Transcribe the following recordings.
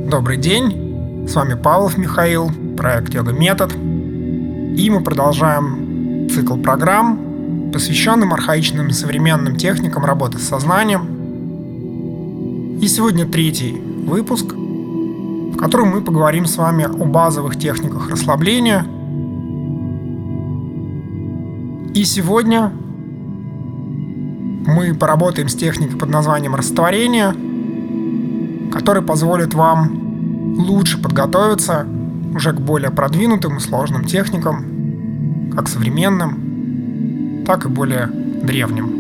Добрый день, с вами Павлов Михаил, проект Йога Метод. И мы продолжаем цикл программ, посвященным архаичным современным техникам работы с сознанием. И сегодня третий выпуск, в котором мы поговорим с вами о базовых техниках расслабления. И сегодня мы поработаем с техникой под названием растворение, который позволит вам лучше подготовиться уже к более продвинутым и сложным техникам, как современным, так и более древним.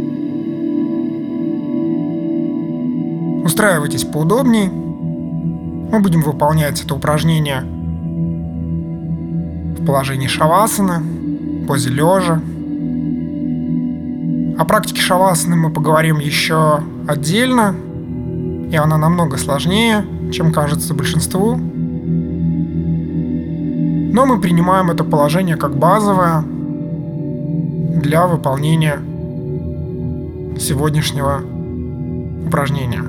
Устраивайтесь поудобней. Мы будем выполнять это упражнение в положении шавасана, в позе лежа. О практике шавасаны мы поговорим еще отдельно, и она намного сложнее, чем кажется большинству. Но мы принимаем это положение как базовое для выполнения сегодняшнего упражнения.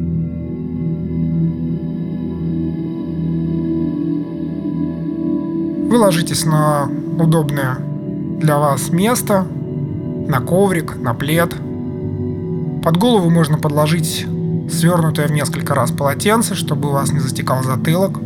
Вы ложитесь на удобное для вас место, на коврик, на плед. Под голову можно подложить свернутое в несколько раз полотенце, чтобы у вас не затекал затылок.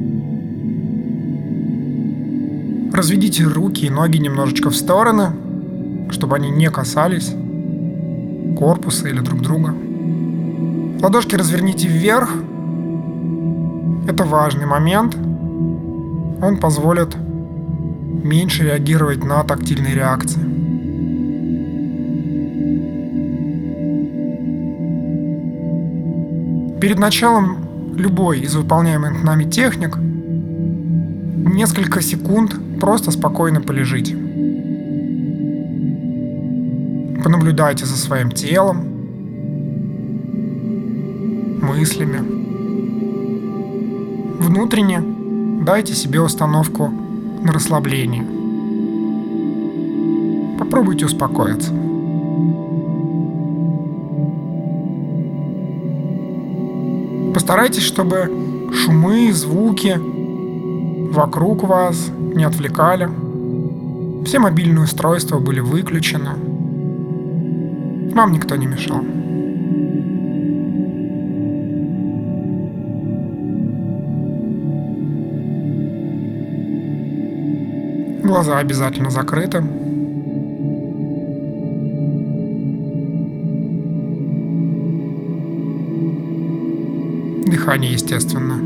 Разведите руки и ноги немножечко в стороны, чтобы они не касались корпуса или друг друга. Ладошки разверните вверх. Это важный момент. Он позволит меньше реагировать на тактильные реакции. Перед началом любой из выполняемых нами техник несколько секунд просто спокойно полежите. Понаблюдайте за своим телом, мыслями. Внутренне дайте себе установку на расслабление. Попробуйте успокоиться. Постарайтесь, чтобы шумы, звуки вокруг вас не отвлекали. Все мобильные устройства были выключены. Вам никто не мешал. Глаза обязательно закрыты. Дыхание естественно.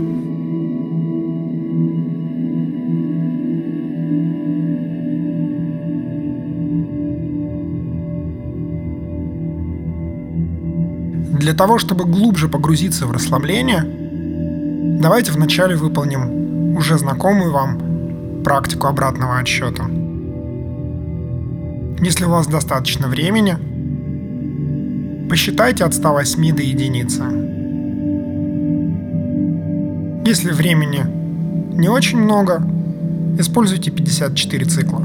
Для того, чтобы глубже погрузиться в расслабление, давайте вначале выполним уже знакомую вам практику обратного отсчета. Если у вас достаточно времени, посчитайте от 108 до единицы. Если времени не очень много, используйте 54 цикла.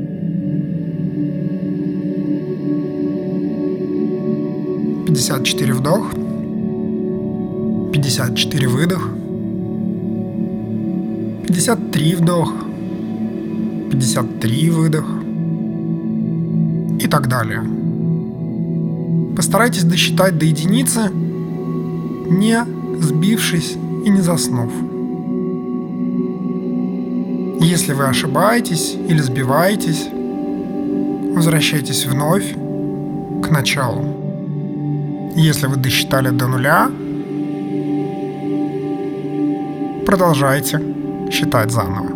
(54 вдох, 54 выдох, 53 вдох, 53 выдох и так далее. Постарайтесь досчитать до единицы, не сбившись и не заснув. Если вы ошибаетесь или сбиваетесь, возвращайтесь вновь к началу. Если вы досчитали до нуля, продолжайте считать заново.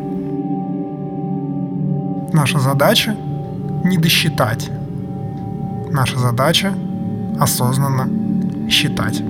Наша задача не досчитать. Наша задача осознанно считать.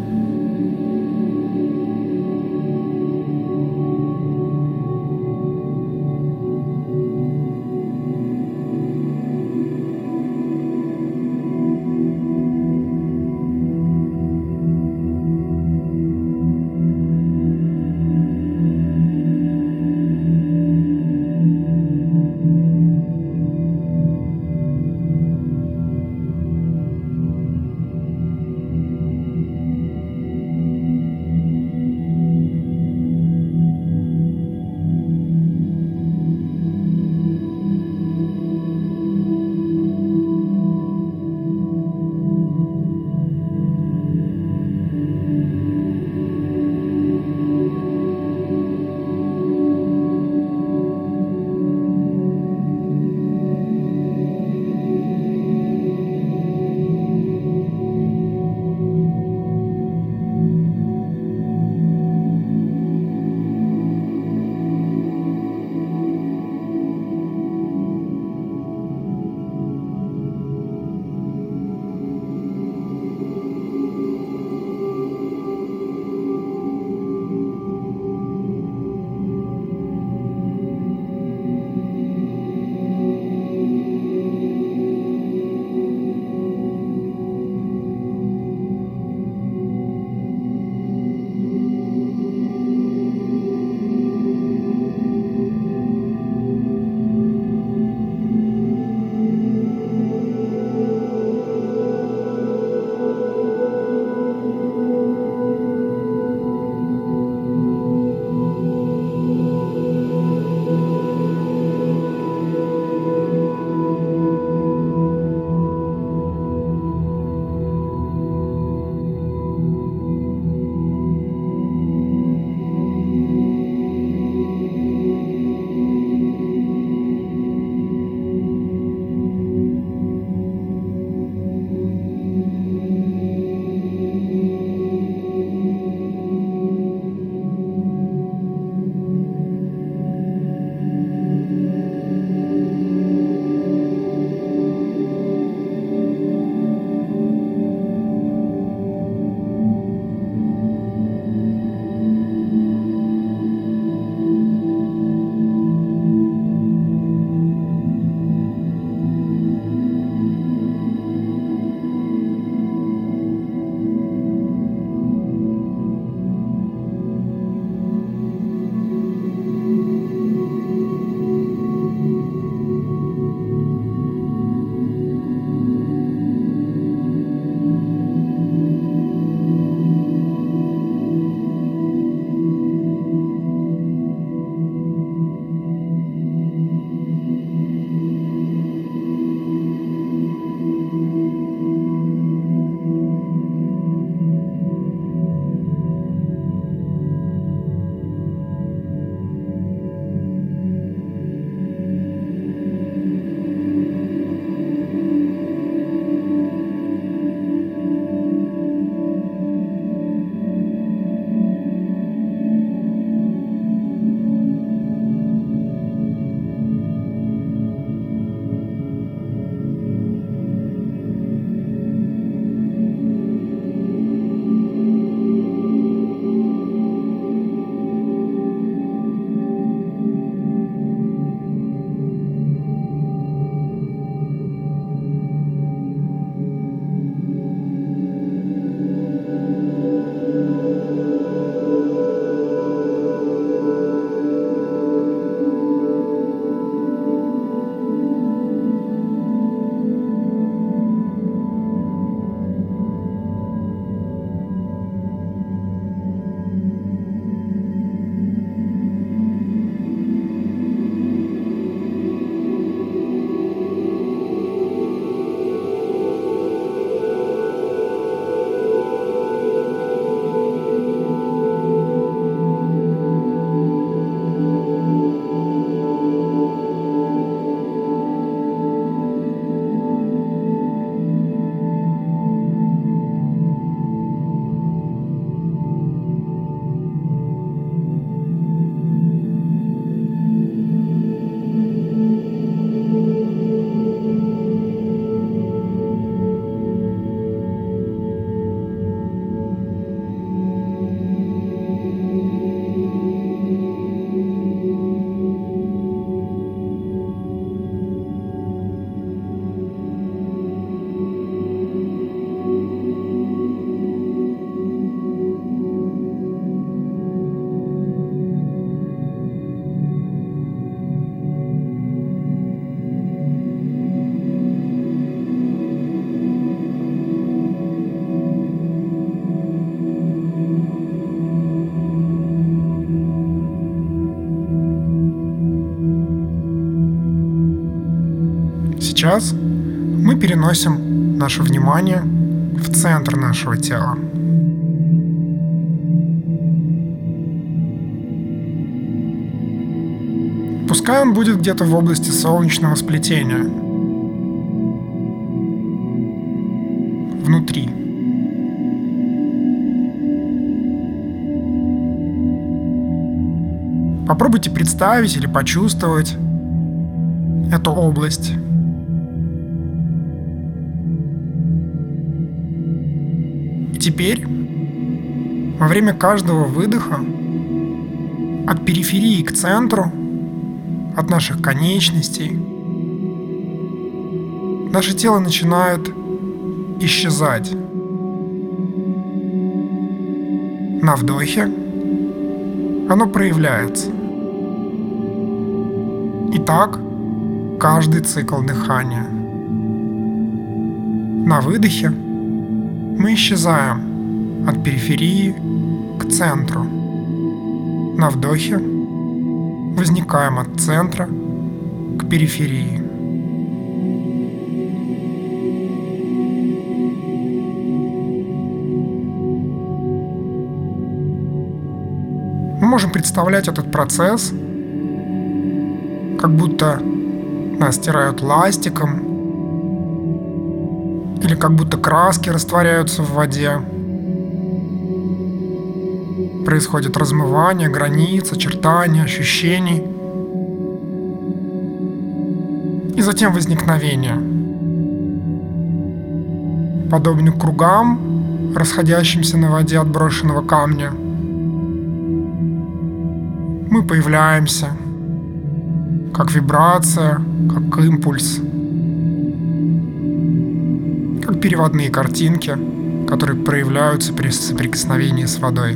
сейчас мы переносим наше внимание в центр нашего тела. Пускай он будет где-то в области солнечного сплетения. Внутри. Попробуйте представить или почувствовать эту область. И теперь, во время каждого выдоха, от периферии к центру, от наших конечностей, наше тело начинает исчезать. На вдохе оно проявляется. И так каждый цикл дыхания. На выдохе мы исчезаем от периферии к центру. На вдохе возникаем от центра к периферии. Мы можем представлять этот процесс, как будто нас стирают ластиком, или как будто краски растворяются в воде. Происходит размывание границ, очертаний, ощущений. И затем возникновение. Подобно кругам, расходящимся на воде от брошенного камня. Мы появляемся, как вибрация, как импульс, как переводные картинки, которые проявляются при соприкосновении с водой.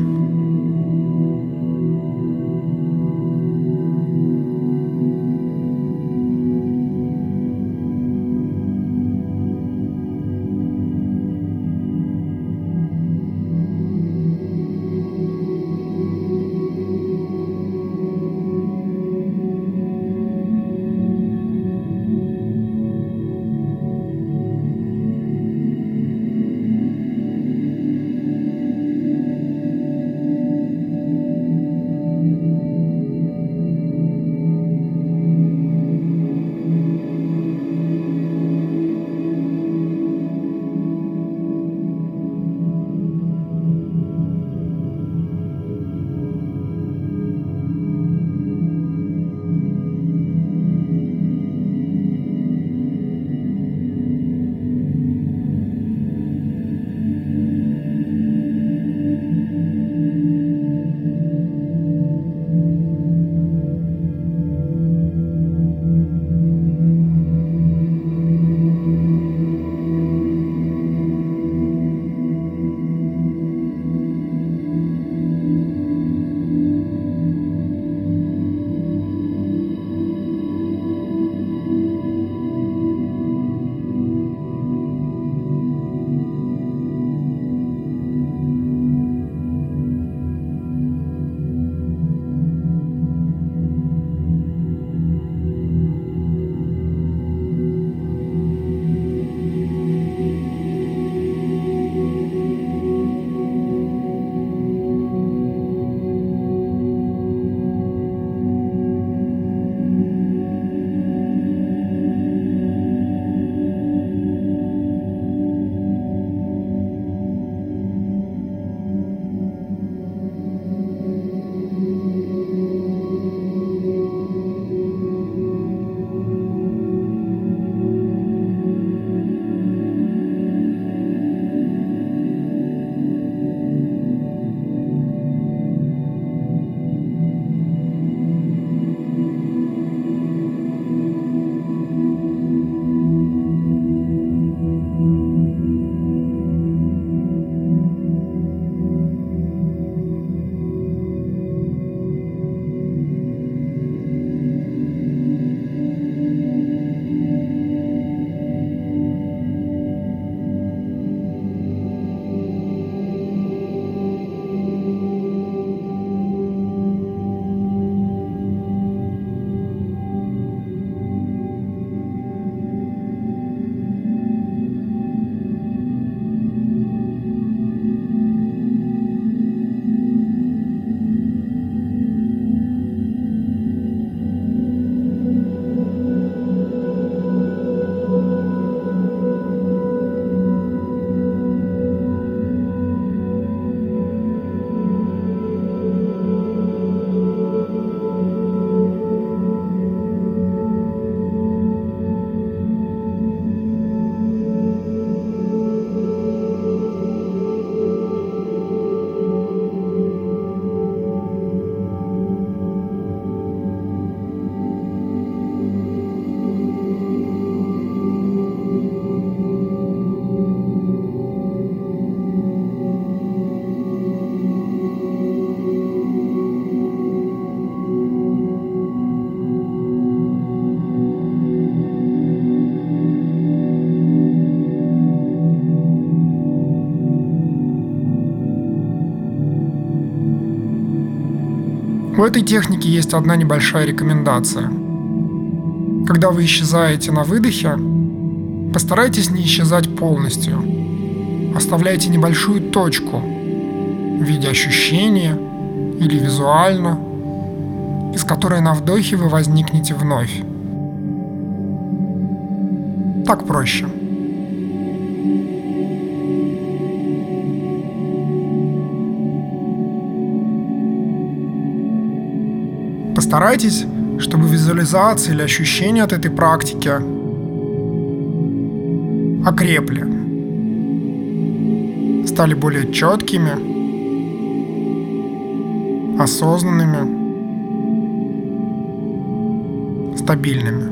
У этой техники есть одна небольшая рекомендация. Когда вы исчезаете на выдохе, постарайтесь не исчезать полностью. Оставляйте небольшую точку в виде ощущения или визуально, из которой на вдохе вы возникнете вновь. Так проще. Постарайтесь, чтобы визуализация или ощущения от этой практики окрепли, стали более четкими, осознанными, стабильными.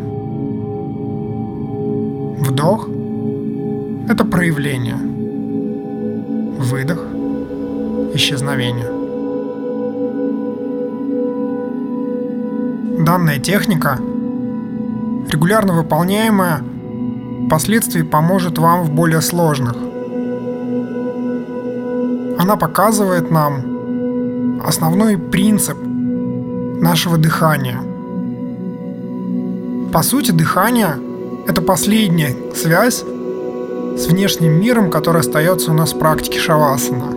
Вдох – это проявление. Выдох – исчезновение. Данная техника, регулярно выполняемая, впоследствии поможет вам в более сложных. Она показывает нам основной принцип нашего дыхания. По сути, дыхание – это последняя связь с внешним миром, которая остается у нас в практике шавасана.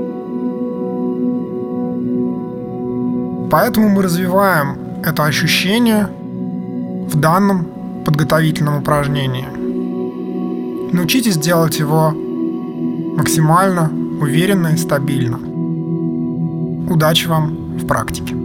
Поэтому мы развиваем это ощущение в данном подготовительном упражнении. Научитесь делать его максимально уверенно и стабильно. Удачи вам в практике!